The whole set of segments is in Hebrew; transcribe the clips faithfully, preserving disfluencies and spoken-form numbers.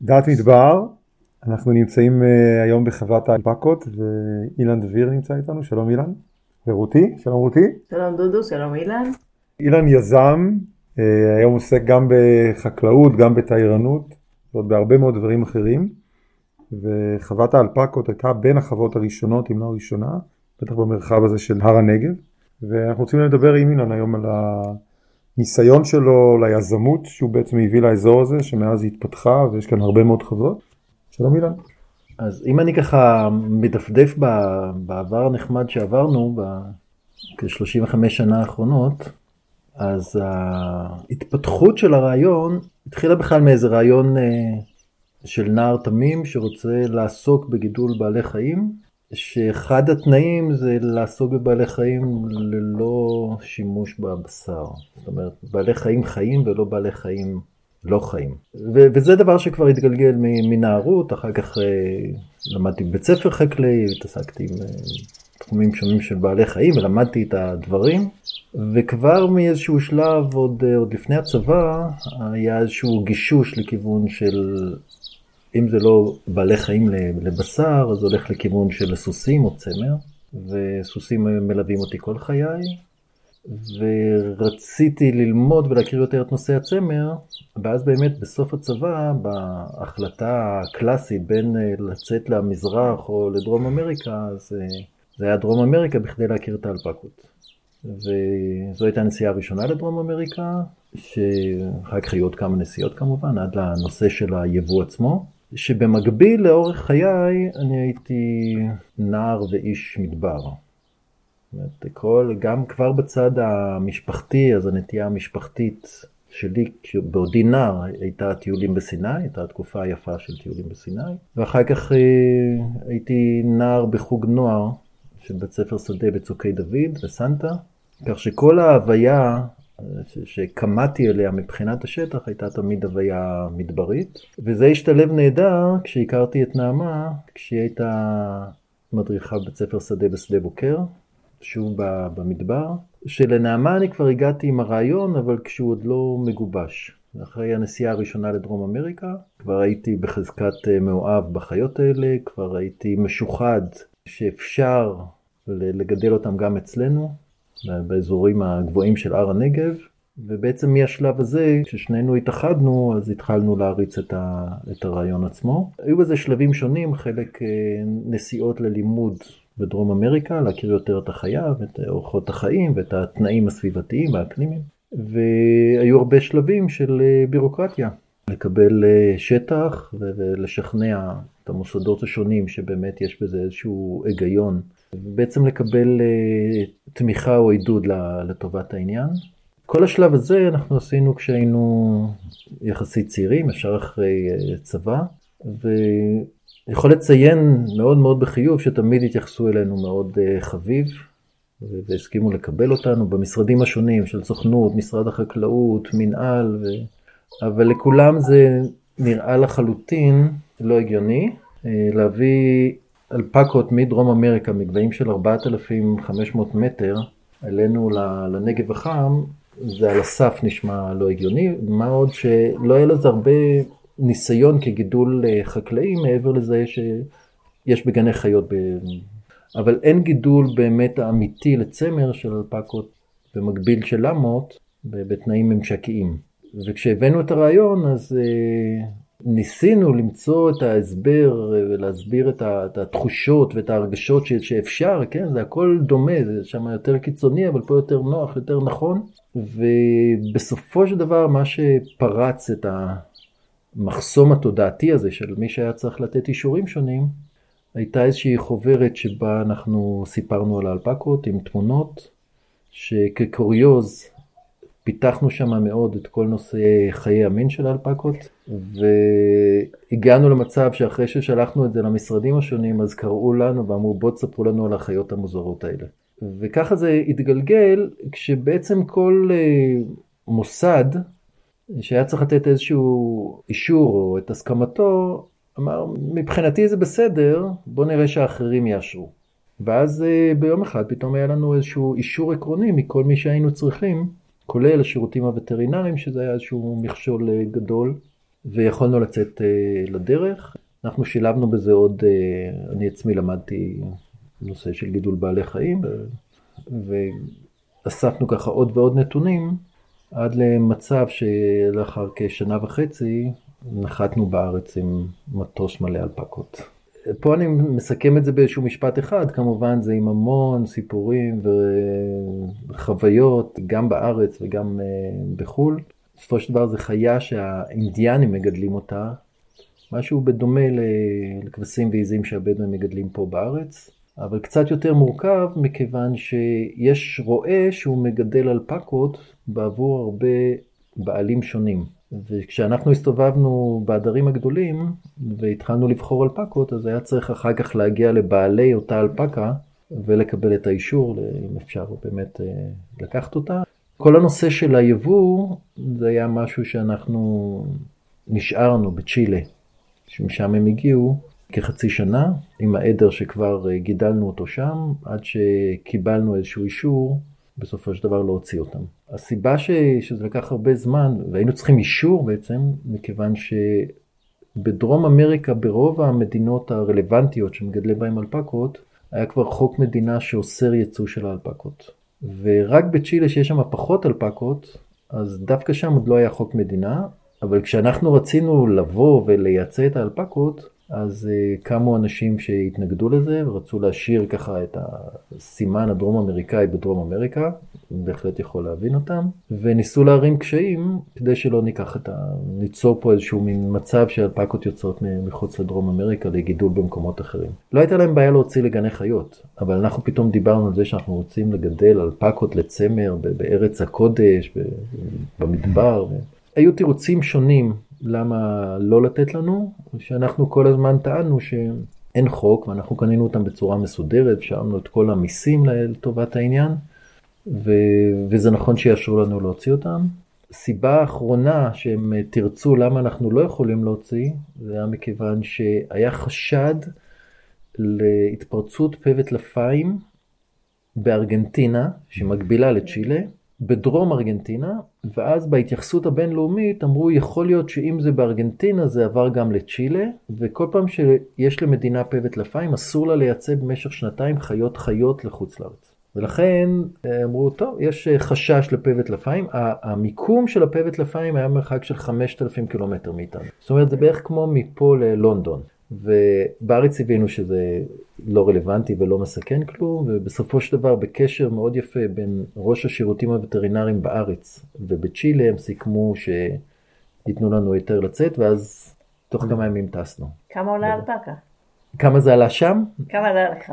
דעת מדבר, אנחנו נמצאים היום בחוות האלפקות, ואילן דביר נמצא איתנו. שלום אילן. ורותי, שלום רותי. שלום דודו, שלום אילן. אילן יזם, היום עוסק גם בחקלאות, גם בתיירנות, ועוד בהרבה מאוד דברים אחרים. וחוות האלפקות הייתה בין החוות הראשונות, אם לא הראשונה, בטח במרחב הזה של הר הנגב. ואנחנו רוצים לדבר עם אילן היום על הניסיון שלו, ליזמות שהוא בעצם הביא לאזור הזה, שמאז התפתחה, ויש כאן הרבה מאוד חוות. שלום אילן. אז אם אני ככה מדפדף בעבר הנחמד שעברנו, ב-שלושים וחמש שנה האחרונות, אז ההתפתחות של הרעיון התחילה בכלל מאיזה רעיון של נער תמים שרוצה לעסוק בגידול בעלי חיים, שאחד התנאים זה לעסוק בבעלי חיים ללא שימוש בבשר. זאת אומרת, בעלי חיים חיים ולא בעלי חיים לא חיים. ו- וזה דבר שכבר התגלגל מנערות, אחר כך למדתי בבית ספר חקלאי, התעסקתי עם תחומים שונים של בעלי חיים ולמדתי את הדברים, וכבר מאיזשהו שלב, עוד, עוד לפני הצבא, היה איזשהו גישוש לכיוון של, אם זה לא בעלי חיים לבשר, אז הולך לכיוון של סוסים או צמר, וסוסים מלווים אותי כל חיי, ורציתי ללמוד ולהכיר יותר את נושא הצמר, ואז באמת בסוף הצבא, בהחלטה הקלאסית בין לצאת למזרח או לדרום אמריקה, אז זה היה דרום אמריקה בכדי להכיר את האלפקות. וזו הייתה הנסיעה הראשונה לדרום אמריקה, שאחר כך היו עוד כמה נסיעות כמובן, עד לנושא של היבוא עצמו, שבמקביל לאורך חיי אני הייתי נער ואיש מדבר. כל, גם כבר בצד המשפחתי, אז הנטייה המשפחתית שלי, בעודי נער, הייתה טיולים בסיני, הייתה התקופה היפה של טיולים בסיני, ואחר כך הייתי נער בחוג נוער של בית ספר שדה בצוקי דוד וסנטה, כך שכל ההוויה שקמאתי אליה מבחינת השטח הייתה תמיד הוויה מדברית, וזה השתלב נהדר כשהכרתי את נעמה, כשהיא הייתה מדריכה בבית ספר שדה בשדה בוקר, שוב במדבר, שלנעמה אני כבר הגעתי עם הרעיון, אבל כשהוא עוד לא מגובש. אחרי הנסיעה הראשונה לדרום אמריקה, כבר הייתי בחזקת מאוהב בחיות האלה, כבר הייתי משוחד שאפשר לגדל אותם גם אצלנו, באזורים הגבוהים של הר הנגב, ובעצם מהשלב הזה, כששנינו התאחדנו, אז התחלנו להריץ את, ה, את הרעיון עצמו. היו בזה שלבים שונים, חלק נסיעות ללימוד בדרום אמריקה, להכיר יותר את החיה ואת אורחות החיים ואת התנאים הסביבתיים והאקלימיים. והיו הרבה שלבים של בירוקרטיה, לקבל שטח ולשכנע את המוסדות השונים שבאמת יש בזה איזשהו היגיון, ובעצם לקבל תמיכה או עידוד לטובת העניין. כל השלב הזה אנחנו עשינו כשהיינו יחסית צעירים, ישר אחרי צבא, ויכול לציין מאוד מאוד בחיוב שתמיד התייחסו אלינו מאוד חביב, והסכימו לקבל אותנו במשרדים השונים של סוכנות, משרד החקלאות, מנהל, ו... אבל לכולם זה נראה לחלוטין לא הגיוני, להביא אלפקות מדרום אמריקה, מגבהים של ארבעת אלפים וחמש מאות מטר, אלינו לנגב החם, זה על הסף נשמע לא הגיוני, מה עוד שלא היה לזה הרבה ניסיון כגידול חקלאי, מעבר לזה שיש בגני חיות, ב... אבל אין גידול באמת האמיתי לצמר של אלפקות במקביל של למות, בתנאים ממשקיים. וכשהבאנו את הרעיון, אז ניסינו למצוא את ההסבר ולהסביר את התחושות ואת ההרגשות שאפשר, כן? זה הכל דומה, זה שם יותר קיצוני, אבל פה יותר נוח, יותר נכון. ובסופו של דבר, מה שפרץ את המחסום התודעתי הזה של מי שהיה צריך לתת אישורים שונים, הייתה איזושהי חוברת שבה אנחנו סיפרנו על האלפקות עם תמונות, שכקוריוז פיתחנו שם מאוד את כל נושא חיי המין של האלפקות, והגענו למצב שאחרי ששלחנו את זה למשרדים השונים, אז קראו לנו ואמרו בוא תספרו לנו על החיות המוזרות האלה. וככה זה התגלגל, כשבעצם כל מוסד שהיה צריך לתת איזשהו אישור או את הסכמתו, אמר, מבחינתי זה בסדר, בוא נראה שהאחרים יאשרו. ואז ביום אחד פתאום היה לנו איזשהו אישור עקרוני מכל מי שהיינו צריכים, כולל השירותים הווטרינריים, שזה היה איזשהו מכשול גדול, ויכולנו לצאת לדרך. אנחנו שילבנו בזה עוד, אני עצמי למדתי נושא של גידול בעלי חיים, ואספנו ככה עוד ועוד נתונים, עד למצב שלאחר כשנה וחצי נחתנו בארץ עם מטוס מלא אלפקות. פה אני מסכם את זה באיזשהו משפט אחד, כמובן זה עם המון סיפורים וחוויות, גם בארץ וגם בחול. בסופו של דבר זה חיה שהאינדיאנים מגדלים אותה, משהו בדומה לכבשים ועיזים שהבדואים מגדלים פה בארץ, אבל קצת יותר מורכב מכיוון שיש רועה שהוא מגדל אלפקות בעבור הרבה בעלים שונים. וכשאנחנו הסתובבנו בעדרים הגדולים והתחלנו לבחור אלפקות, אז היה צריך אחר כך להגיע לבעלי אותה אלפקה ולקבל את האישור, אם אפשר באמת לקחת אותה. כל הנושא של היבוא, זה היה משהו שאנחנו נשארנו בצ'ילה, שמשם הם הגיעו כחצי שנה, עם העדר שכבר גידלנו אותו שם, עד שקיבלנו איזשהו אישור, בסופו של דבר להוציא אותם. הסיבה ש... שזה לקח הרבה זמן, והיינו צריכים אישור בעצם, מכיוון שבדרום אמריקה, ברוב המדינות הרלוונטיות שמגדלים בהם אלפקות, היה כבר חוק מדינה שאוסר ייצוא של האלפקות. ורק בצ'ילה שיש שם פחות אלפקות, אז דווקא שם עוד לא היה חוק מדינה, אבל כשאנחנו רצינו לבוא ולייצא את האלפקות, אז uh, קמו אנשים שהתנגדו לזה ורצו להשאיר ככה את הסימן הדרום אמריקאי בדרום אמריקה, בהחלט יכול להבין אותם, וניסו להרים קשיים כדי שלא ניקח את ה... ניצור פה איזשהו מין מצב שאלפקות יוצאות מחוץ לדרום אמריקה לגידול במקומות אחרים. לא הייתה להם בעיה להוציא לגני חיות, אבל אנחנו פתאום דיברנו על זה שאנחנו רוצים לגדל אלפקות לצמר בארץ הקודש, במדבר. ו... היו תירוצים שונים למה לא לתת לנו, שאנחנו כל הזמן טענו שאין חוק, ואנחנו קנינו אותם בצורה מסודרת, שאמנו את כל המיסים לטובת העניין, ו... וזה נכון שיאשרו לנו להוציא אותם. סיבה האחרונה שהם תרצו למה אנחנו לא יכולים להוציא, זה היה מכיוון שהיה חשד להתפרצות פה וטלפיים בארגנטינה, שמקבילה לצ'ילה, בדרום ארגנטינה, ואז בהתייחסות הבינלאומית אמרו יכול להיות שאם זה בארגנטינה זה עבר גם לצ'ילה, וכל פעם שיש למדינה פה וטלפיים אסור לה לייצא במשך שנתיים חיות חיות לחוץ לארץ. ולכן אמרו טוב, יש חשש לפה וטלפיים, המיקום של הפה וטלפיים היה מרחק של חמשת אלפים קילומטר מאיתנו. זאת אומרת זה בערך כמו מפה ללונדון. ובארץ הבינו שזה לא רלוונטי ולא מסכן כלום, ובסופו של דבר בקשר מאוד יפה בין ראש השירותים הווטרינריים בארץ ובצ'ילה הם סיכמו שיתנו לנו היתר לצאת, ואז תוך כמה ימים טסנו. כמה עולה אלפקה? כמה זה עלה שם? כמה עלה לך?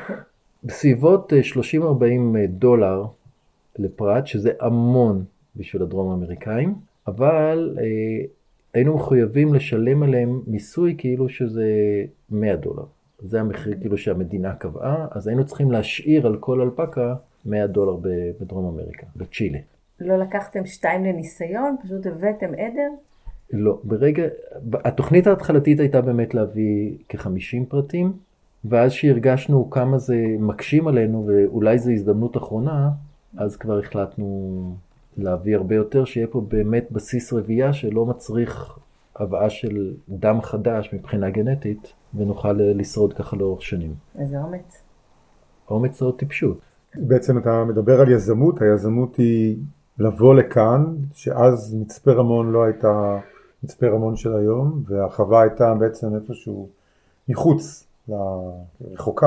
בסביבות שלושים עד ארבעים דולר לפרט, שזה המון בשביל הדרום האמריקאים, אבל היינו מחויבים לשלם עליהם מיסוי כאילו שזה מאה דולר. זה המחיר כאילו שהמדינה קבעה, אז היינו צריכים להשאיר על כל אלפקה מאה דולר בדרום אמריקה, בצ'ילה. לא לקחתם שתיים לניסיון? פשוט הבאתם עדר? לא, ברגע, התוכנית ההתחלתית הייתה באמת להביא כ-חמישים פרטים, ואז שהרגשנו כמה זה מקשים עלינו ואולי זו הזדמנות אחרונה, אז כבר החלטנו להביא הרבה יותר, שיהיה פה באמת בסיס רבייה שלא מצריך הבאה של דם חדש מבחינה גנטית, ונוכל לשרוד ככה לאורך שנים. איזה אומץ. אומץ או טיפשות. בעצם אתה מדבר על יזמות, היזמות היא לבוא לכאן, שאז מצפה רמון לא הייתה מצפה רמון של היום, והחווה הייתה בעצם איפשהו מחוץ לרחוקה.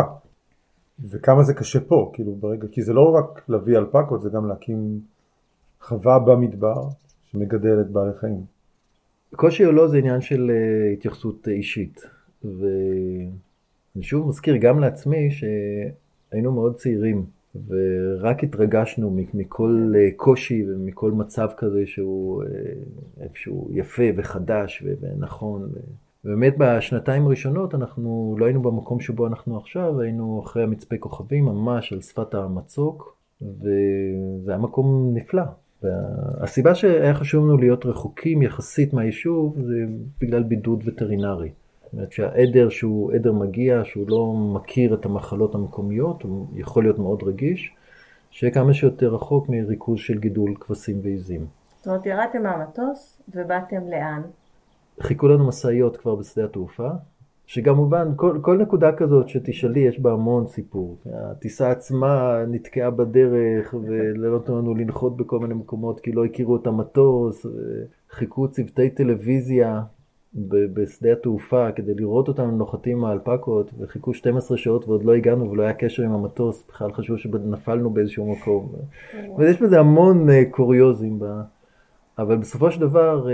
וכמה זה קשה פה, כאילו ברגע, כי זה לא רק להביא אלפקות, זה גם להקים חווה במדבר שמגדלת בעלי חיים. קושי או לא זה עניין של התייחסות אישית, ואני שוב מזכיר גם לעצמי שהיינו מאוד צעירים, ורק התרגשנו מכל קושי ומכל מצב כזה שהוא איפשהו יפה וחדש ונכון. ובאמת בשנתיים הראשונות אנחנו לא היינו במקום שבו אנחנו עכשיו, היינו אחרי המצפה כוכבים ממש על שפת המצוק, וזה היה מקום נפלא. והסיבה שהיה חשוב לנו להיות רחוקים יחסית מהיישוב זה בגלל בידוד וטרינרי. זאת אומרת שהעדר שהוא עדר מגיע, שהוא לא מכיר את המחלות המקומיות, הוא יכול להיות מאוד רגיש, שיהיה כמה שיותר רחוק מריכוז של גידול כבשים ועיזים. זאת אומרת, ירדתם מהמטוס ובאתם לאן? חיכו לנו מסעיות כבר בשדה התעופה, שכמובן כל, כל נקודה כזאת שתשאלי יש בה המון סיפור. הטיסה עצמה נתקעה בדרך ולא נתנו לנו לנחות בכל מיני מקומות כי לא הכירו את המטוס, חיכו צוותי טלוויזיה בשדה התעופה כדי לראות אותנו נוחתים מהאלפקות, וחיכו שתים עשרה שעות ועוד לא הגענו ולא היה קשר עם המטוס, בכלל חשבו שנפלנו באיזשהו מקום. ויש בזה המון קוריוזים, בה. אבל בסופו של דבר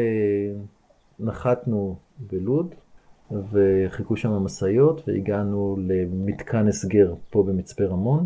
נחתנו בלוד, וחיכו שם המסעיות, והגענו למתקן הסגר פה במצפה רמון,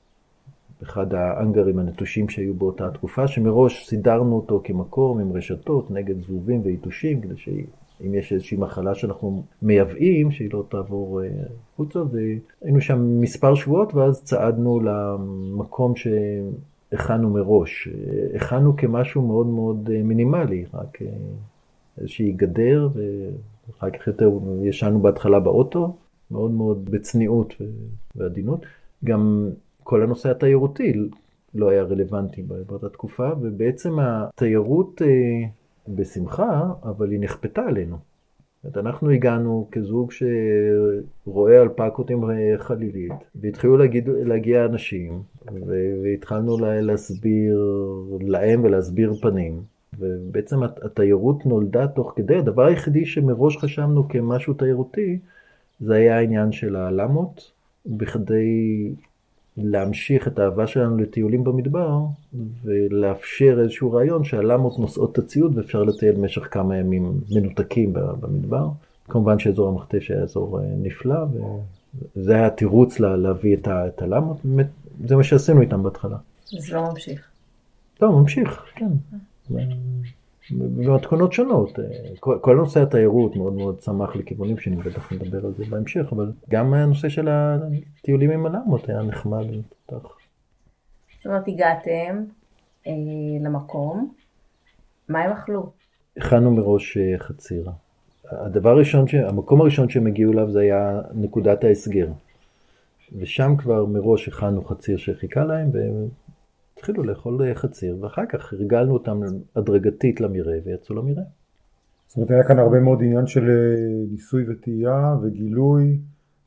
אחד האנגרים הנטושים שהיו באותה התקופה, שמראש סידרנו אותו כמקום עם רשתות נגד זבובים ויתושים, כדי שאם יש איזושהי מחלה שאנחנו מייבאים, שהיא לא תעבור חוצה, והיינו שם מספר שבועות, ואז צעדנו למקום שהכנו מראש. הכנו כמשהו מאוד מאוד מינימלי, רק איזושהי גדר, ואחר כך יותר ישנו בהתחלה באוטו, מאוד מאוד בצניעות ועדינות. גם כל הנושא התיירותי לא היה רלוונטי באותה תקופה, ובעצם התיירות בשמחה, אבל היא נכפתה עלינו. אנחנו הגענו כזוג שרואה אלפקות עם חלילית, והתחילו להגיד, להגיע אנשים, והתחלנו להסביר להם ולהסביר פנים. ובעצם התיירות נולדה תוך כדי. הדבר היחידי שמראש חשבנו כמשהו תיירותי, זה היה העניין של העלמות, בכדי להמשיך את האהבה שלנו לטיולים במדבר, ולאפשר איזשהו רעיון שהעלמות נושאות את הציוד, ואפשר לטייל במשך כמה ימים מנותקים במדבר. כמובן שאזור המכתש היה אזור נפלא, וזה היה תירוץ לה, להביא את העלמות. זה מה שעשינו איתם בהתחלה. זה לא ממשיך. לא, ממשיך, כן. במתכונות שונות. כל, כל נושא התיירות מאוד מאוד צמח לכיוונים שאני בטח נדבר על זה בהמשך, אבל גם הנושא של הטיולים עם עלמות היה נחמד ומפתח. זאת אומרת, הגעתם אה, למקום, מה הם אכלו? הכנו מראש חציר. הדבר הראשון, ש... המקום הראשון שהם הגיעו אליו זה היה נקודת ההסגר. ושם כבר מראש הכנו חציר שחיכה להם, והם התחילו לאכול חציר, ואחר כך הרגלנו אותם הדרגתית למראה, ויצאו למראה. זאת אומרת, היה כאן הרבה מאוד עניין של ניסוי וטעייה, וגילוי,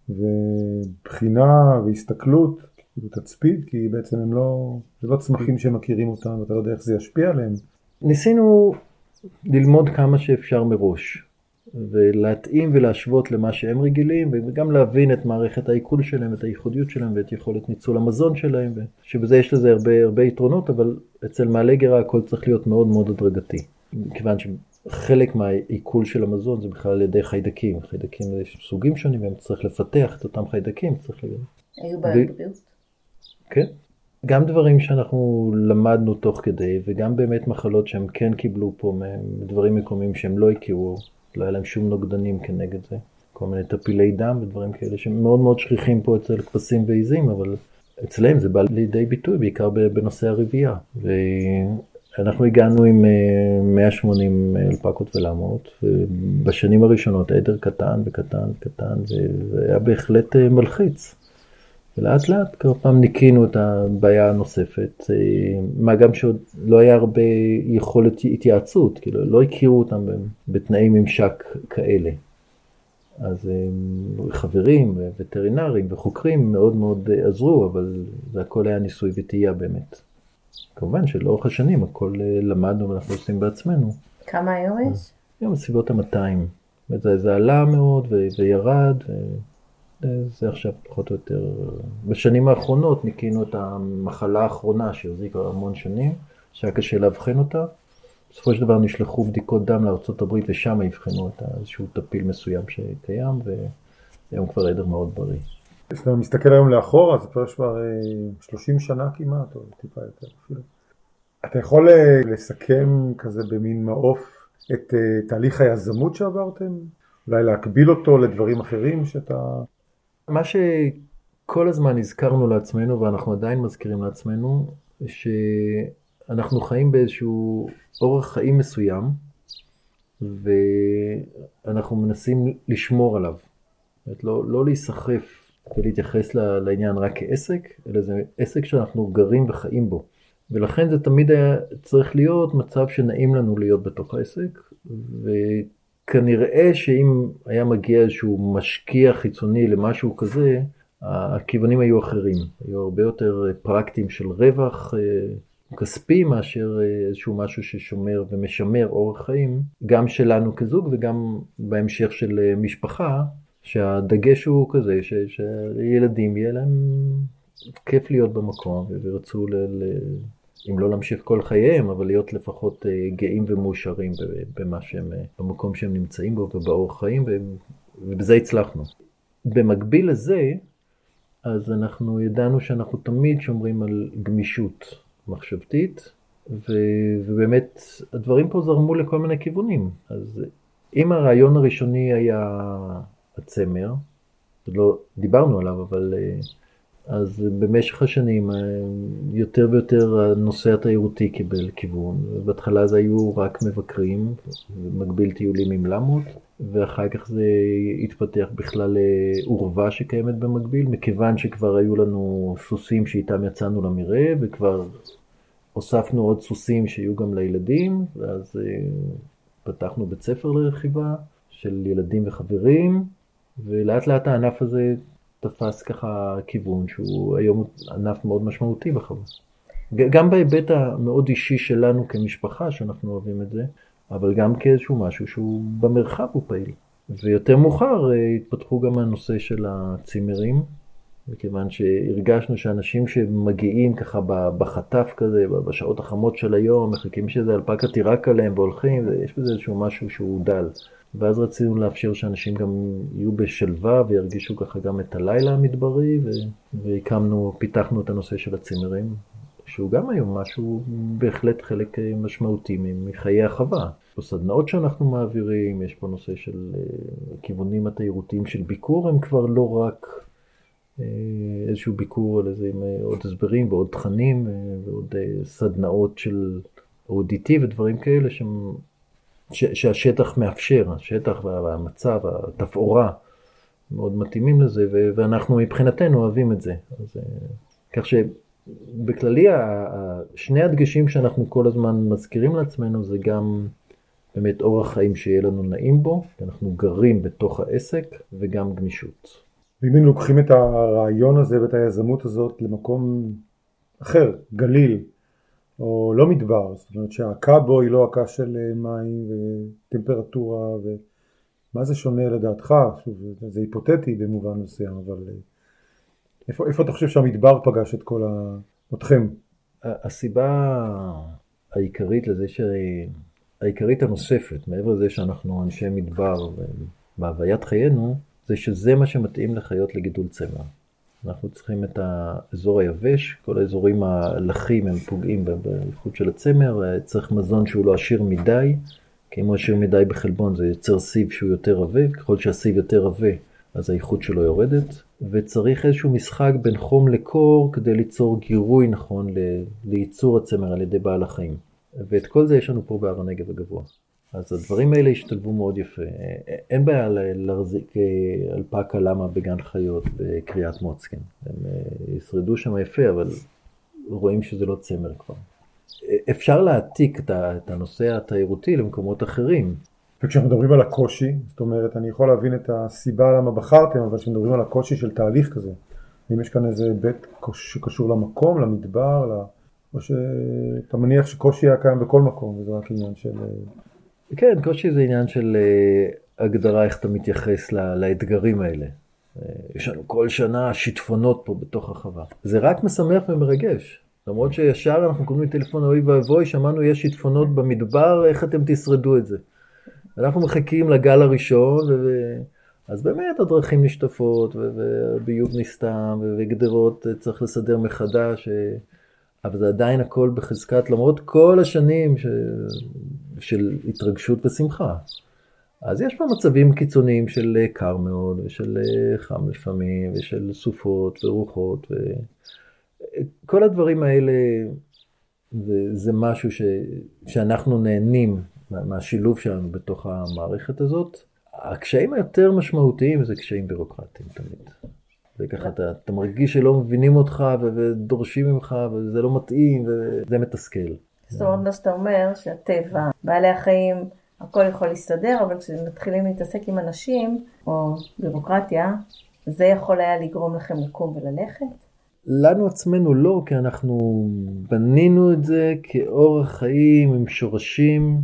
ובחינה, והסתכלות, כאילו תצפית, כי בעצם הם לא, זה לא צמחים שמכירים אותם, ואתה לא יודע איך זה ישפיע עליהם. ניסינו ללמוד כמה שאפשר מראש, ולהתאים ולהשוות למה שהם רגילים, וגם להבין את מערכת העיכול שלהם, את הייחודיות שלהם, ואת יכולת ניצול המזון שלהם, שבזה יש לזה הרבה, הרבה יתרונות, אבל אצל מעלה גרה הכל צריך להיות מאוד מאוד הדרגתי. כיוון שחלק מהעיכול של המזון זה בכלל על ידי חיידקים. חיידקים יש סוגים שונים, והם צריך לפתח את אותם חיידקים. צריך להגיד. היו בעיות בריאות? כן. גם דברים שאנחנו למדנו תוך כדי, וגם באמת מחלות שהם כן קיבלו פה, דברים מקומיים שהם לא הכירו, לא היה להם שום נוגדנים כנגד זה. כל מיני טפילי דם ודברים כאלה שהם מאוד מאוד שכיחים פה אצל כבשים ועיזים, אבל אצלם זה בא לידי ביטוי, בעיקר בנושא הרבייה. ואנחנו הגענו עם מאה ושמונים אלפקות ולמות, ובשנים הראשונות עדר קטן וקטן וקטן, והיה בהחלט מלחיץ. ולאט לאט כל פעם ניקינו את הבעיה הנוספת, מה גם שעוד לא היה הרבה יכולת התייעצות, כאילו לא הכירו אותם בתנאי ממשק כאלה. אז חברים וטרינרים וחוקרים מאוד מאוד עזרו, אבל זה הכל היה ניסוי וטעייה באמת. כמובן שלאורך השנים הכל למדנו ואנחנו עושים בעצמנו. כמה היום יש? היום בסביבות ה-מאתיים. זה, זה עלה מאוד וירד, זה עכשיו פחות או יותר. בשנים האחרונות ניקינו את המחלה האחרונה שהחזיקה המון שנים, שהיה קשה להבחן אותה. בסופו של דבר נשלחו בדיקות דם לארצות הברית ושם יבחנו את איזשהו טפיל מסוים שקיים, והיום כבר עדר מאוד בריא. כשאתה מסתכל היום לאחור, אז כבר יש כבר שלושים שנה כמעט, או טיפה יותר אפילו. אתה יכול לסכם כזה במין מעוף את תהליך היזמות שעברתם? אולי להקביל אותו לדברים אחרים שאתה... מה שכל הזמן הזכרנו לעצמנו, ואנחנו עדיין מזכירים לעצמנו, שאנחנו חיים באיזשהו אורח חיים מסוים, ואנחנו מנסים לשמור עליו. זאת אומרת, לא, לא להיסחף ולהתייחס לעניין רק כעסק, אלא זה עסק שאנחנו גרים וחיים בו. ולכן זה תמיד היה צריך להיות מצב שנעים לנו להיות בתוך העסק, כנראה שאם היה מגיע איזשהו משקיע חיצוני למשהו כזה, הכיוונים היו אחרים, היו הרבה יותר פרקטיים של רווח כספי מאשר איזשהו משהו ששומר ומשמר אורח חיים, גם שלנו כזוג וגם בהמשך של משפחה, שהדגש הוא כזה ש, שילדים יהיה להם כיף להיות במקום ורצו ל, ל, אם לא להמשיך כל חייהם, אבל להיות לפחות גאים ומאושרים במה שהם, במקום שהם נמצאים בו ובאורח חיים, ובזה הצלחנו. במקביל לזה, אז אנחנו ידענו שאנחנו תמיד שומרים על גמישות מחשבתית, ו, ובאמת הדברים פה זרמו לכל מיני כיוונים. אז אם הרעיון הראשוני היה הצמר, לא דיברנו עליו, אבל אז במשך השנים יותר ויותר הנושא התיירותי קיבל כיוון. בהתחלה זה היו רק מבקרים, מקביל טיולים עם למות, ואחר כך זה התפתח בכלל לעורבה שקיימת במקביל, מכיוון שכבר היו לנו סוסים שאיתם יצאנו למראה, וכבר הוספנו עוד סוסים שיהיו גם לילדים, ואז פתחנו בית ספר לרכיבה של ילדים וחברים, ולאט לאט הענף הזה תפס ככה כיוון שהוא היום ענף מאוד משמעותי בחווה. גם בהיבט המאוד אישי שלנו כמשפחה שאנחנו אוהבים את זה, אבל גם כאיזשהו משהו שהוא במרחב הוא פעיל. ויותר מאוחר התפתחו גם הנושא של הצימרים, מכיוון שהרגשנו שאנשים שמגיעים ככה בחטף כזה, בשעות החמות של היום, מחכים שזה אלפקה תירק עליהם והולכים, ויש בזה איזשהו משהו שהוא דל. ואז רצינו לאפשר שאנשים גם יהיו בשלווה וירגישו ככה גם את הלילה המדברי, והקמנו, פיתחנו את הנושא של הצימרים, שהוא גם היום משהו בהחלט חלק משמעותי מחיי החווה. יש פה סדנאות שאנחנו מעבירים, יש פה נושא של כיוונים התיירותיים של ביקור, הם כבר לא רק איזשהו ביקור על איזה עם עוד הסברים ועוד תכנים ועוד סדנאות של אודיטי ודברים כאלה שהם, ש, שהשטח מאפשר, השטח והמצב, התפאורה מאוד מתאימים לזה, ו, ואנחנו מבחינתנו אוהבים את זה. אז, כך שבכללי שני הדגשים שאנחנו כל הזמן מזכירים לעצמנו זה גם באמת אורח חיים שיהיה לנו נעים בו, אנחנו גרים בתוך העסק וגם גמישות. ואם הם לוקחים את הרעיון הזה ואת היזמות הזאת למקום אחר, גליל, או לא מדבר, זאת אומרת שהעקה בו היא לא עקה של מים וטמפרטורה, ומה זה שונה לדעתך? שוב, זה היפותטי במובן מסוים, אבל איפה, איפה אתה חושב שהמדבר פגש את כל ה... אתכם? הסיבה העיקרית לזה ש... העיקרית הנוספת, מעבר לזה שאנחנו אנשי מדבר בהוויית חיינו, זה שזה מה שמתאים לחיות לגידול צמר. אנחנו צריכים את האזור היבש, כל האזורים הלחים הם פוגעים באיכות של הצמר, צריך מזון שהוא לא עשיר מדי, כי אם הוא עשיר מדי בחלבון זה יוצר סיב שהוא יותר עבה, ככל שהסיב יותר עבה אז האיכות שלו יורדת, וצריך איזשהו משחק בין חום לקור כדי ליצור גירוי נכון לייצור הצמר על ידי בעל החיים. ואת כל זה יש לנו פה בהר הנגב הגבוה. אז הדברים האלה השתלבו מאוד יפה. אין בעיה להחזיק אלפקה למה בגן חיות בקריית מוצקין. הם ישרדו שם יפה, אבל רואים שזה לא צמר כבר. אפשר להעתיק את הנושא התיירותי למקומות אחרים. וכשאנחנו מדברים על הקושי, זאת אומרת, אני יכול להבין את הסיבה למה בחרתם, אבל כשמדברים על הקושי של תהליך כזה, אם יש כאן איזה בית שקשור למקום, למדבר, או שאתה מניח שקושי היה קיים בכל מקום, וזה רק עניין של... כן, קושי זה עניין של הגדרה איך אתה מתייחס לאתגרים האלה. יש לנו כל שנה שיטפונות פה בתוך החווה. זה רק משמח ומרגש. למרות שישר אנחנו קוראים טלפון אוי ואבוי, שמענו יש שיטפונות במדבר, איך אתם תשרדו את זה? אנחנו מחכים לגל הראשון, ו... אז באמת הדרכים נשטפות, וביוב נסתם, וגדרות צריך לסדר מחדש, אבל זה עדיין הכל בחזקת, למרות כל השנים ש... של התרגשות ושמחה. אז יש פה מצבים קיצוניים של קר מאוד, ושל חם לפעמים, ושל סופות ורוחות, וכל הדברים האלה, זה, זה משהו ש... שאנחנו נהנים מהשילוב שלנו בתוך המערכת הזאת. הקשיים היותר משמעותיים זה קשיים בירוקרטיים תמיד. זה ככה, אתה, אתה מרגיש שלא מבינים אותך ודורשים ממך וזה לא מתאים וזה מתסכל. זאת אומרת מה שאתה אומר, שהטבע, בעלי החיים הכל יכול להסתדר, אבל כשמתחילים להתעסק עם אנשים או בירוקרטיה, זה יכול היה לגרום לכם לקום וללכת? לנו עצמנו לא, כי אנחנו בנינו את זה כאורח חיים עם שורשים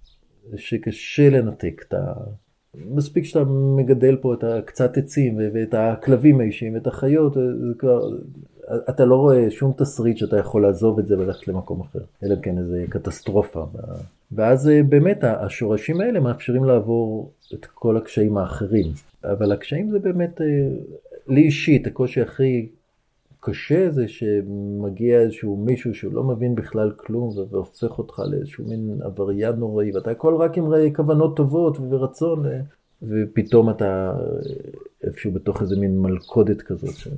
שקשה לנתק את ה... מספיק שאתה מגדל פה את קצת עצים ואת הכלבים האישיים ואת החיות, כבר... אתה לא רואה שום תסריט שאתה יכול לעזוב את זה וללכת למקום אחר, אלא כן איזה קטסטרופה. ואז באמת השורשים האלה מאפשרים לעבור את כל הקשיים האחרים. אבל הקשיים זה באמת, לי אישית, הקושי הכי קשה זה שמגיע איזשהו מישהו שהוא לא מבין בכלל כלום, והופך אותך לאיזשהו מין עבריין נוראי, ואתה הכל רק עם כוונות טובות ורצון, ופתאום אתה איפשהו בתוך איזה מין מלכודת כזאת. ש...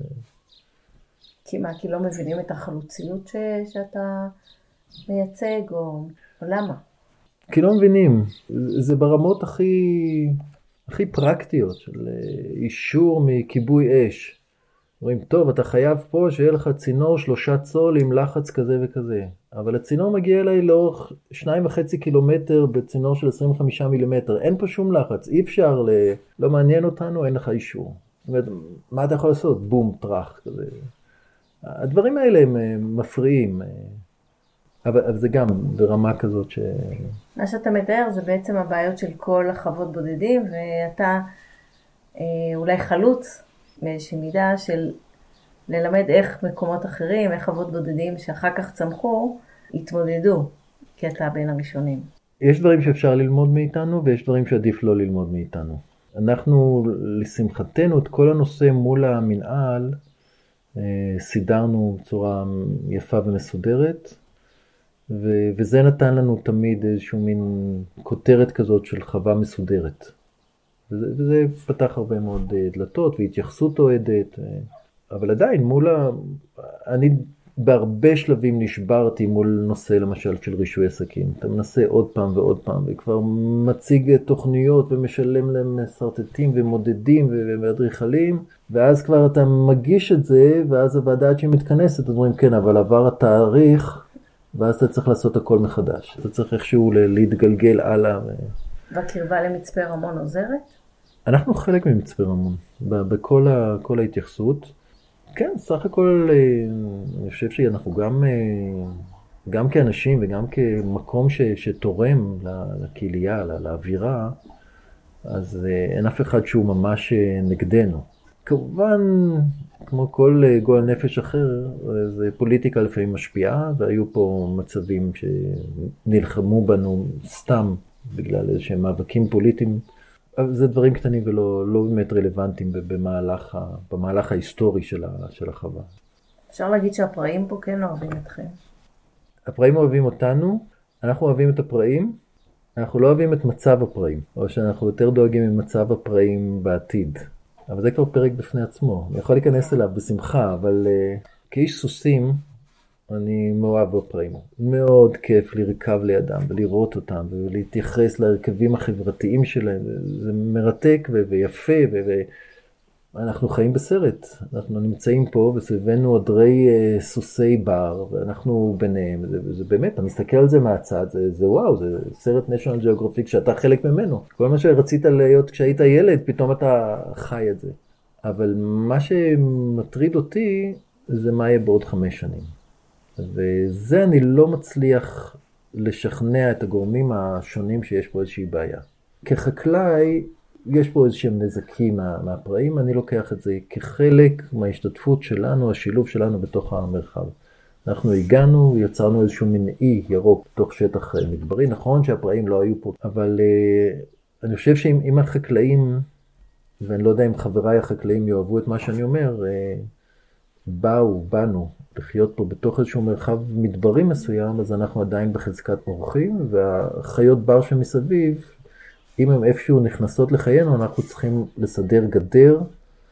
כי מה, כי לא מבינים את החלוציות ש... שאתה מייצג, או... או למה? כי לא מבינים. זה ברמות הכי, הכי פרקטיות של אישור מכיבוי אש. אומרים, טוב, אתה חייב פה שיהיה לך צינור שלושה צול עם לחץ כזה וכזה. אבל הצינור מגיע אליי לאורך שניים וחצי קילומטר בצינור של עשרים וחמישה מילימטר. אין פה שום לחץ, אי אפשר, ל... לא מעניין אותנו, אין לך אישור. זאת אומרת, מה אתה יכול לעשות? בום, טרח כזה. הדברים האלה הם מפריעים, אבל, אבל זה גם ברמה כזאת ש... מה שאתה מתאר זה בעצם הבעיות של כל החוות בודדים, ואתה אה, אולי חלוץ באיזושהי מידה של ללמד איך מקומות אחרים, איך חוות בודדים שאחר כך צמחו, התמודדו, כי אתה בין הראשונים. יש דברים שאפשר ללמוד מאיתנו, ויש דברים שעדיף לא ללמוד מאיתנו. אנחנו, לשמחתנו, את כל הנושא מול המנהל, סידרנו בצורה יפה ומסודרת, ו- וזה נתן לנו תמיד איזשהו מין כותרת כזאת של חווה מסודרת. וזה, וזה פתח הרבה מאוד דלתות והתייחסות אוהדת, אבל עדיין מול ה... אני בהרבה שלבים נשברתי מול נושא למשל של רישוי עסקים. אתה מנסה עוד פעם ועוד פעם, וכבר מציג תוכניות ומשלם להם סרטטים ומודדים ומאדריכלים, ואז כבר אתה מגיש את זה, ואז הוועדה עד שהיא מתכנסת, אומרים כן, אבל עבר התאריך, ואז אתה צריך לעשות הכל מחדש. אתה צריך איכשהו להתגלגל הלאה. ו... והקרבה למצפה רמון עוזרת? אנחנו חלק ממצפה רמון, בכל ה... כל ההתייחסות. כן, סך הכל אני חושב שאנחנו גם, גם כאנשים וגם כמקום ש, שתורם לקהילייה, לאווירה, אז אין אף אחד שהוא ממש נגדנו. כמובן, כמו כל גועל נפש אחר, זה פוליטיקה לפעמים משפיעה, והיו פה מצבים שנלחמו בנו סתם בגלל איזשהם מאבקים פוליטיים. זה דברים קטנים ולא לא באמת רלוונטיים במהלך, במהלך ההיסטורי של, ה, של החווה. אפשר להגיד שהפראים פה כן אוהבים אתכם. הפראים אוהבים אותנו, אנחנו אוהבים את הפראים, אנחנו לא אוהבים את מצב הפראים, או שאנחנו יותר דואגים ממצב הפראים בעתיד. אבל זה כבר פרק בפני עצמו. אני יכול להיכנס אליו בשמחה, אבל uh, כאיש סוסים, אני מאוהב בפראים. מאוד כיף לרכב לידם ולראות אותם ולהתייחס להרכבים החברתיים שלהם. זה מרתק ו- ויפה ו- ואנחנו חיים בסרט. אנחנו נמצאים פה וסביבנו עדרי uh, סוסי בר ואנחנו ביניהם. זה, זה באמת, אתה מסתכל על זה מהצד, זה, זה וואו, זה סרט National Geographic שאתה חלק ממנו. כל מה שרצית להיות כשהיית ילד, פתאום אתה חי את זה. אבל מה שמטריד אותי זה מה יהיה בעוד חמש שנים. וזה אני לא מצליח לשכנע את הגורמים השונים שיש פה איזושהי בעיה. כחקלאי, יש פה איזשהם נזקים מה, מהפראים, אני לוקח את זה כחלק מההשתתפות שלנו, השילוב שלנו בתוך המרחב. אנחנו הגענו, יצרנו איזשהו מין אי ירוק בתוך שטח מדברי, נכון שהפראים לא היו פה, אבל uh, אני חושב שאם החקלאים, ואני לא יודע אם חבריי החקלאים יאהבו את מה שאני אומר, uh, באו, באנו, לחיות פה בתוך איזשהו מרחב מדברי מסוים, אז אנחנו עדיין בחזקת אורחים, והחיות בר שמסביב, אם הם איפשהו נכנסות לחיינו, אנחנו צריכים לסדר גדר,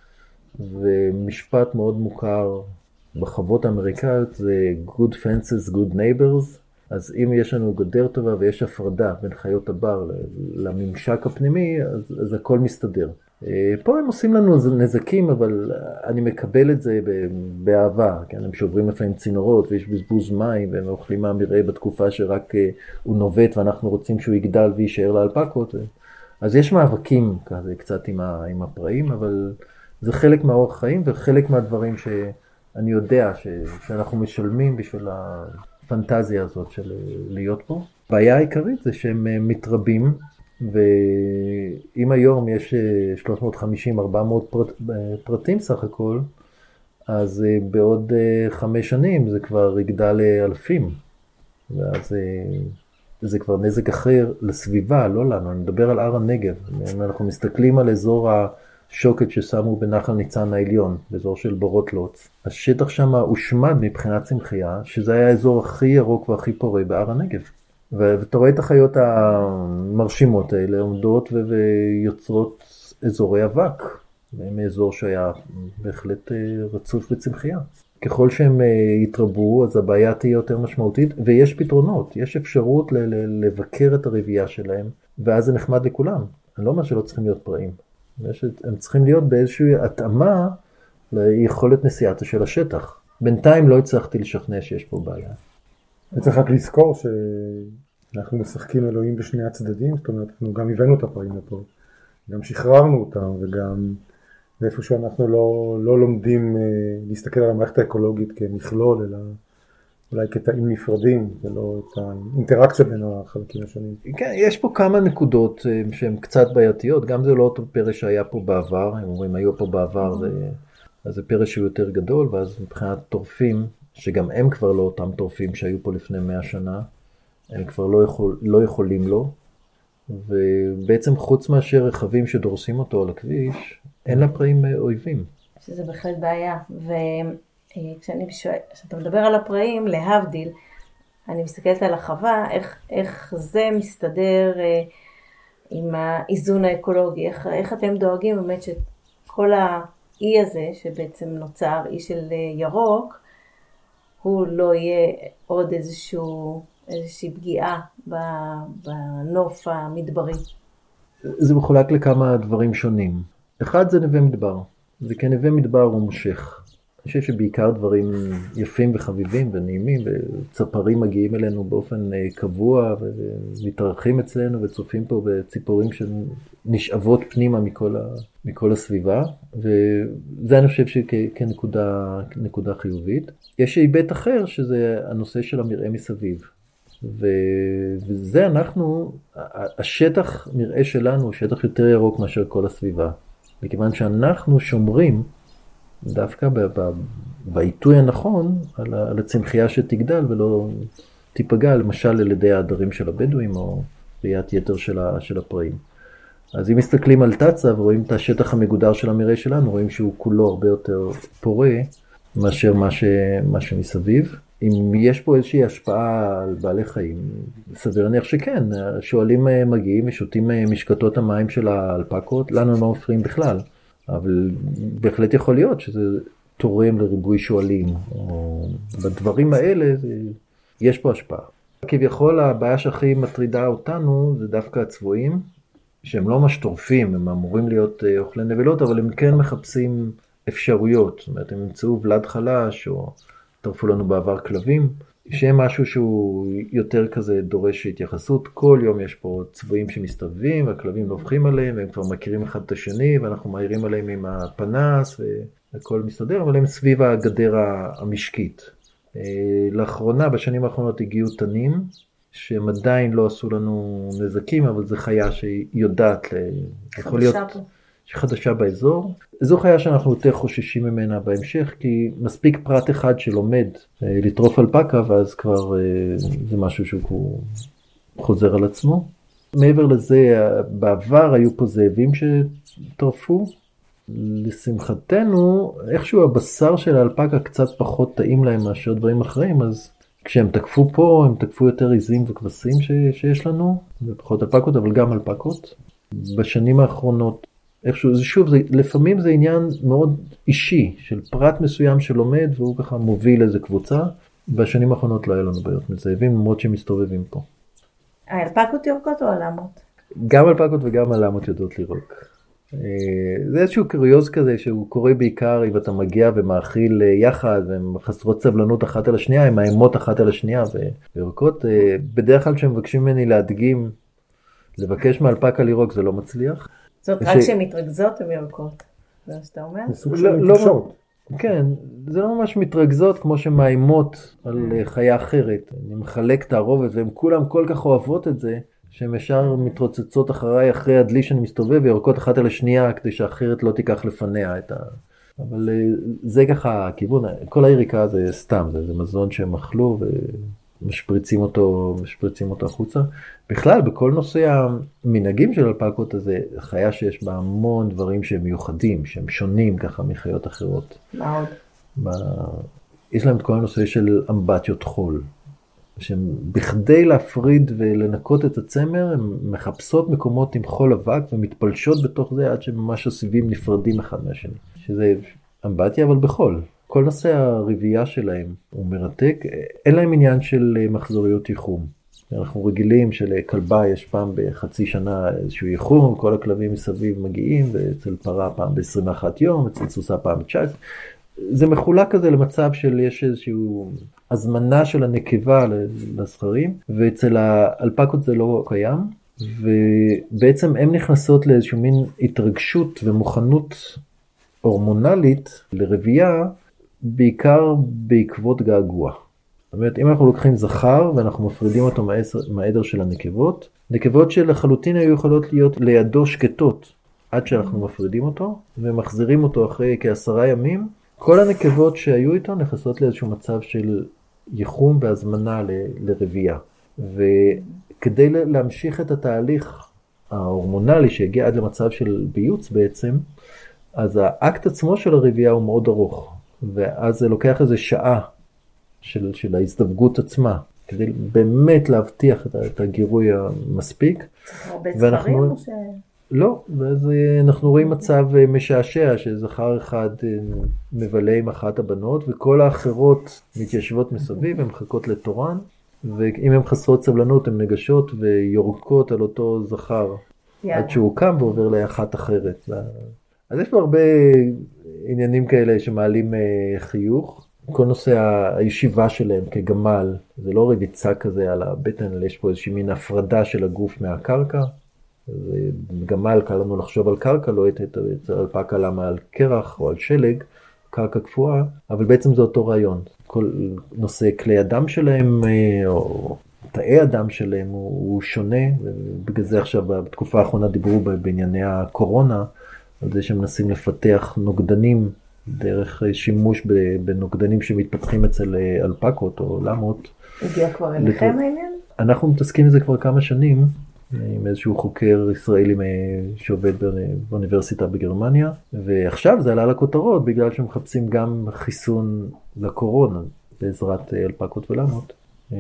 ומשפט מאוד מוכר בחוות האמריקאיות זה good fences, good neighbors, אז אם יש לנו גדר טובה ויש הפרדה בין חיות הבר לממשק הפנימי, אז, אז הכל מסתדר. פה הם עושים לנו נזקים, אבל אני מקבל את זה באהבה, כן? הם שוברים לפעמים צינורות ויש בזבוז מים, והם אוכלים מהמרעה בתקופה שרק הוא נובט ואנחנו רוצים שהוא יגדל ויישאר לאלפקות. אז יש מאבקים כזה קצת עם, ה, עם הפראים, אבל זה חלק מהאורח חיים וחלק מהדברים שאני יודע ש, שאנחנו משלמים בשביל הפנטזיה הזאת של להיות פה. הבעיה העיקרית זה שהם מתרבים, ואם היום יש שלוש מאות וחמישים עד ארבע מאות פרט, פרטים סך הכל, אז בעוד חמש שנים זה כבר יגדל לאלפים, ואז זה כבר נזק אחר לסביבה, לא לנו. אני מדבר על הר הנגב. אם אנחנו מסתכלים על אזור השוקת ששמו בנחל ניצן העליון, באזור של בורות לוץ, השטח שם הושמד מבחינת צמחייה, שזה היה האזור הכי ירוק והכי פורה בהר הנגב. ואתה רואה את החיות המרשימות האלה עומדות ויוצרות אזורי אבק, מאזור שהיה בהחלט רצוף בצמחייה. ככל שהם יתרבו, אז הבעיה תהיה יותר משמעותית, ויש פתרונות, יש אפשרות לבקר את הרבייה שלהם, ואז זה נחמד לכולם. אני לא אומר שלא צריכים להיות פראים. הם צריכים להיות באיזושהי התאמה ליכולת נסיעתה של השטח. בינתיים לא הצלחתי לשכנע שיש פה בעיה. וצריך רק לזכור שאנחנו משחקים אלוהים בשני הצדדים, זאת אומרת, אנחנו גם הבאנו את הפראים לפה, גם שחררנו אותם, וגם ואיפה שאנחנו לא, לא לומדים אה, להסתכל על המערכת האקולוגית כמכלול, אלא אולי כתאים נפרדים, ולא את האינטראקציה בין החלקים השונים. כן, יש פה כמה נקודות אה, שהן קצת בעייתיות, גם זה לא אותו פרש שהיה פה בעבר, הם אומרים, היו פה בעבר, זה, אז זה פרש שהוא יותר גדול, ואז מבחינת טורפים, שגם הם כבר לא אותם טורפים שהיו פה לפני מאה שנה, הם כבר לא, יכול, לא יכולים לו, ובעצם חוץ מאשר רכבים שדורסים אותו על הכביש, אין לה פראים אויבים. שזה בהחלט בעיה, וכשאני שואל, כשאתה מדבר על הפראים, להבדיל, אני מסתכלת על החווה, איך, איך זה מסתדר אה, עם האיזון האקולוגי, איך, איך אתם דואגים באמת שכל האי הזה, שבעצם נוצר אי של ירוק, הוא לא יהיה עוד איזשהו, איזושהי פגיעה בנוף המדברי. זה מחולק לכמה דברים שונים. אחד זה נווה מדבר. זה כנווה מדבר הוא מושך. אני חושב שבעיקר דברים יפים וחביבים ונעימים, וצפרים מגיעים אלינו באופן קבוע, ומתארחים אצלנו וצופים פה בציפורים שנשאבות פנימה מכל, ה, מכל הסביבה, וזה אני חושב שכנקודה נקודה חיובית. יש היבט אחר שזה הנושא של המרעה מסביב. וזה אנחנו, השטח מרעה שלנו הוא שטח יותר ירוק מאשר כל הסביבה. מכיוון שאנחנו שומרים דווקא בעיתוי הנכון על הצמחייה שתגדל ולא תיפגע, למשל על ידי העדרים של הבדואים או ראיית יתר של הפראים. אז אם מסתכלים על תצה ורואים את השטח המגודר של המרעה שלנו, רואים שהוא כולו הרבה יותר פורה מאשר מה, ש, מה שמסביב. אם יש פה איזושהי השפעה על בעלי חיים, סביר להניח שכן. שואלים מגיעים ושותים משקתות המים של האלפקות, לנו הם לא מפריעים בכלל. אבל בהחלט יכול להיות שזה תורם לריבוי שואלים. או בדברים האלה זה, יש פה השפעה. כביכול הבעיה שהכי מטרידה אותנו זה דווקא הצבועים, שהם לא ממש טורפים, הם אמורים להיות אוכלי נבלות, אבל הם כן מחפשים אפשרויות. זאת אומרת, הם ימצאו ולד חלש או טרפו לנו בעבר כלבים, שיהיה משהו שהוא יותר כזה דורש התייחסות. כל יום יש פה צבועים שמסתובבים, והכלבים נובחים עליהם, והם כבר מכירים אחד את השני, ואנחנו מהירים עליהם עם הפנס, והכל מסתדר, אבל הם סביב הגדר המשקית. לאחרונה, בשנים האחרונות הגיעו תנים, שהם עדיין לא עשו לנו נזקים, אבל זו חיה שהיא יודעת, יכול להיות חדשה באזור. זו חיה שאנחנו יותר חוששים ממנה בהמשך, כי מספיק פרט אחד שלומד לטרוף אלפקה, ואז כבר זה משהו שהוא חוזר על עצמו. מעבר לזה, בעבר היו פה זאבים שטרפו. לשמחתנו, איכשהו הבשר של האלפקה קצת פחות טעים להם מאשר דברים אחרים, אז כשהם תקפו פה, הם תקפו יותר עיזים וכבשים ש- שיש לנו, ופחות אלפקות, אבל גם אלפקות. בשנים האחרונות, איכשהו, זה שוב, זה, לפעמים זה עניין מאוד אישי, של פרט מסוים שלומד, והוא ככה מוביל איזה קבוצה. בשנים האחרונות לא היה לנו בעיות מזאבים, למרות שהם מסתובבים פה. האלפקות יורקות או אלמות? גם אלפקות וגם אלמות יודעות לירוק. זה איזשהו קריוז כזה שהוא קורה בעיקר אם אתה מגיע ומאכיל יחד והן חסרות סבלנות אחת על השנייה, הן מאיימות אחת על השנייה וירקות. בדרך כלל כשמבקשים ממני להדגים, לבקש מאלפקה לירוק זה לא מצליח. זאת רק שהן מתרכזות הן ירקות, זה מה שאתה אומר? זה סוג של מתקשות. כן, זה לא ממש מתרכזות כמו שמאיימות על חיה אחרת. אני מחלק את הרובד והן כולם כל כך אוהבות את זה, שהן ישר מתרוצצות אחריי אחרי הדלי שאני מסתובב וירקות אחת על השנייה כדי שאחרת לא תיקח לפניה את ה... אבל זה ככה הכיוון, כל היריקה זה סתם, זה, זה מזון שהם אכלו ומשפריצים אותו, משפריצים אותו החוצה. בכלל, בכל נושא המנהגים של אלפקות הזה, חיה שיש בה המון דברים שהם מיוחדים, שהם שונים ככה מחיות אחרות. מה עוד? ב... יש להם את כל הנושא של אמבטיות חול. שהן בכדי להפריד ולנקות את הצמר, הן מחפשות מקומות עם חול אבק ומתפלשות בתוך זה עד שממש הסיבים נפרדים אחד מהשני. שזה אמבטיה אבל בחול. כל נושא הרבייה שלהם הוא מרתק. אין להם עניין של מחזוריות ייחום. אנחנו רגילים שלכלבה יש פעם בחצי שנה איזשהו ייחום, כל הכלבים מסביב מגיעים, ואצל פרה פעם ב-עשרים ואחד יום, אצל סוסה פעם ב-תשע עשרה. זה מחולק כזה למצב של יש איזשהו הזמנה של הנקבה לזכרים, ואצל האלפקות זה לא קיים, ובעצם הן נכנסות לאיזשהו מין התרגשות ומוכנות הורמונלית לרבייה, בעיקר בעקבות געגוע. זאת אומרת, אם אנחנו לוקחים זכר ואנחנו מפרידים אותו מהעדר של הנקבות, נקבות שלחלוטין היו יכולות להיות לידו שקטות עד שאנחנו מפרידים אותו, ומחזירים אותו אחרי כעשרה ימים, כל הנקבות שהיו איתו נכנסות לאיזשהו מצב של ייחום והזמנה ל- לרבייה. וכדי להמשיך את התהליך ההורמונלי שהגיע עד למצב של ביוץ בעצם, אז האקט עצמו של הרבייה הוא מאוד ארוך. ואז זה לוקח איזו שעה של, של ההזדווגות עצמה, כדי באמת להבטיח את, את הגירוי המספיק. הרבה זכרים או ש... לא, ואז אנחנו רואים מצב משעשע שזכר אחד מבלה עם אחת הבנות וכל האחרות מתיישבות מסביב, הן מחכות לתורן, ואם הן חסרות סבלנות הן ניגשות ויורקות על אותו זכר יאללה. עד שהוא קם ועובר לאחת אחרת. אז יש פה הרבה עניינים כאלה שמעלים חיוך. כל נושא הישיבה שלהם כגמל, זה לא רביצה כזה על הבטן, אלא יש פה איזושהי מין הפרדה של הגוף מהקרקע. גמל קל לנו לחשוב על קרקע, לא את אלפקה למה על קרח או על שלג, קרקע קפואה, אבל בעצם זה אותו רעיון. כל נושא כלי הדם שלהם או תאי הדם שלהם הוא, הוא שונה, ובגלל זה עכשיו בתקופה האחרונה דיברו בענייני הקורונה, על זה שמנסים לפתח נוגדנים דרך שימוש בנוגדנים שמתפתחים אצל אלפקות או למות. הגיע כבר אליכם העניין? אנחנו מתעסקים בזה כבר כמה שנים, עם איזשהו חוקר ישראלי שעובד באוניברסיטה בגרמניה, ועכשיו זה עלה לכותרות בגלל שמחפשים גם חיסון לקורונה בעזרת אלפקות ולמות.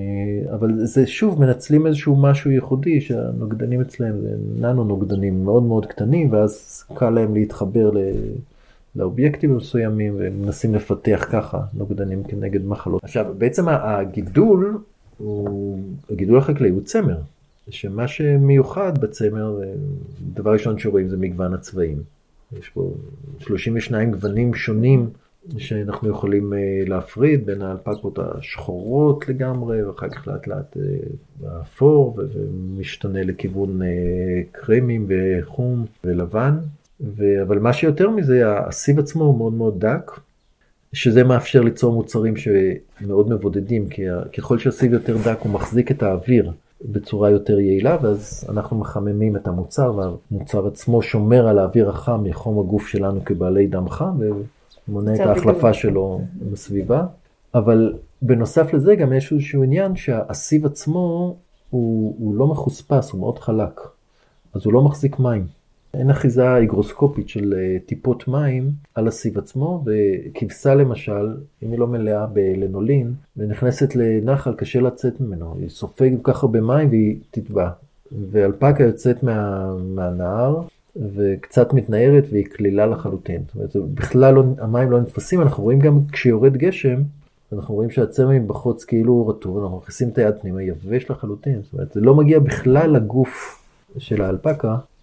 אבל זה שוב מנצלים איזשהו משהו ייחודי שהנוגדנים אצלהם זה ננו נוגדנים מאוד מאוד קטנים, ואז קל להם להתחבר לאובייקטים מסוימים ומנסים לפתח ככה נוגדנים כנגד מחלות. עכשיו בעצם הגידול, הוא, הגידול החקלאי הוא צמר. שמה שמיוחד בצמר, דבר ראשון שרואים זה מגוון הצבעים. יש פה שלושים ושניים גוונים שונים שאנחנו יכולים להפריד בין האלפקות השחורות לגמרי, ואחר כך לאט לאט האפור, ומשתנה לכיוון קרמים וחום ולבן. אבל מה שיותר מזה, הסיב עצמו הוא מאוד מאוד דק, שזה מאפשר ליצור מוצרים שמאוד מבודדים, כי ככל שהסיב יותר דק הוא מחזיק את האוויר בצורה יותר יעילה, ואז אנחנו מחממים את המוצר, והמוצר עצמו שומר על האוויר החם מחום הגוף שלנו כבעלי דם חם, ומונע את ההחלפה שלו בסביבה. אבל בנוסף לזה גם יש איזשהו עניין שהסיב עצמו הוא, הוא לא מחוספס, הוא מאוד חלק, אז הוא לא מחזיק מים. אין אחיזה היגרוסקופית של טיפות מים על הסיב עצמו, וכבשה למשל, אם היא לא מלאה בלנולין, ונכנסת לנחל, קשה לצאת ממנו. היא סופגת ככה במים והיא תטבע. ואלפקה יוצאת מה, מהנהר, וקצת מתנערת והיא כלילה לחלוטין. זאת אומרת, בכלל לא, המים לא נתפסים, אנחנו רואים גם כשיורד גשם, אנחנו רואים שהצמר בחוץ כאילו הוא רטוב, אנחנו מכניסים את היד פנימה, יבש לחלוטין. זאת אומרת, זה לא מגיע בכלל לגוף של האלפקה,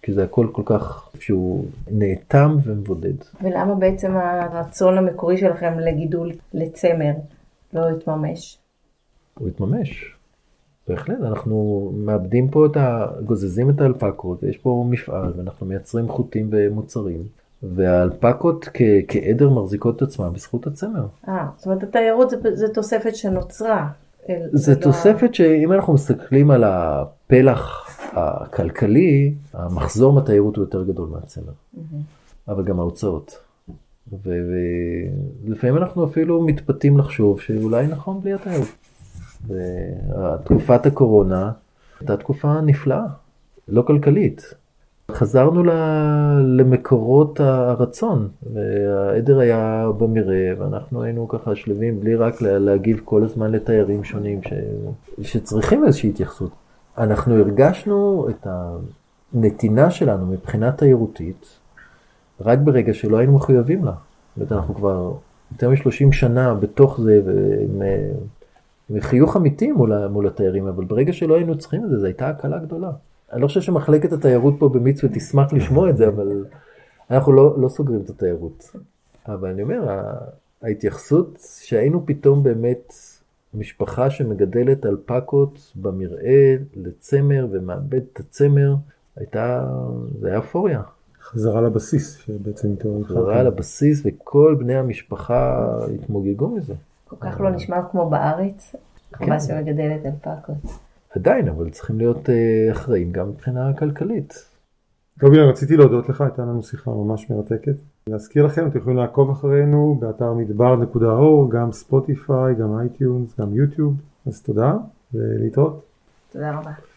כי זה הכל כל כך שהוא נאטם ומבודד. ולמה בעצם הרצון המקורי שלכם לגידול לצמר לא התממש? הוא התממש. בהחלט, אנחנו מאבדים פה את ה... גוזזים את האלפקות, ויש פה מפעל, ואנחנו מייצרים חוטים ומוצרים, והאלפקות כ... כעדר מחזיקות את עצמם בזכות הצמר. אה, זאת אומרת, התיירות זה, זה תוספת שנוצרה. זה תוספת שאם אנחנו מסתכלים על הפלח הכלכלי, המחזור מהתיירות הוא יותר גדול מהצמר. אבל גם ההוצאות. ולפעמים אנחנו אפילו מתפתים לחשוב שאולי נכון בלי התיירות. ותקופת הקורונה הייתה תקופה נפלאה, לא כלכלית. חזרנו למקורות הרצון, והעדר היה במראה, ואנחנו היינו ככה שלבים בלי רק להגיב כל הזמן לתיירים שונים ש... שצריכים איזושהי התייחסות. אנחנו הרגשנו את הנתינה שלנו מבחינה תיירותית, רק ברגע שלא היינו מחויבים לה. זאת אומרת, אנחנו כבר יותר מ-שלושים שנה בתוך זה, ועם, עם חיוך אמיתי מול, מול התיירים, אבל ברגע שלא היינו צריכים את זה, זו הייתה הקלה גדולה. אני לא חושב שמחלקת התיירות פה במצווה תשמח לשמוע את זה, אבל אנחנו לא, לא סוגרים את התיירות. אבל אני אומר, ההתייחסות שהיינו פתאום באמת משפחה שמגדלת אלפקות במראה לצמר ומאבד את הצמר, הייתה, זה היה אפוריה. חזרה לבסיס, שבעצם התעורר. חזרה לבסיס, וכל בני המשפחה התמוגגו מזה. כל כך לא נשמע כמו בארץ, חווה שמגדלת אלפקות. עדיין, אבל צריכים להיות אחראים גם מבחינה כלכלית. טובי, רציתי להודות לך, הייתה לנו שיחה ממש מרתקת. להזכיר לכם, אתם יכולים לעקוב אחרינו באתר מדבר נקודה אור, גם ספוטיפיי, גם אייטיונס, גם יוטיוב. אז תודה, ולהתראות. תודה רבה.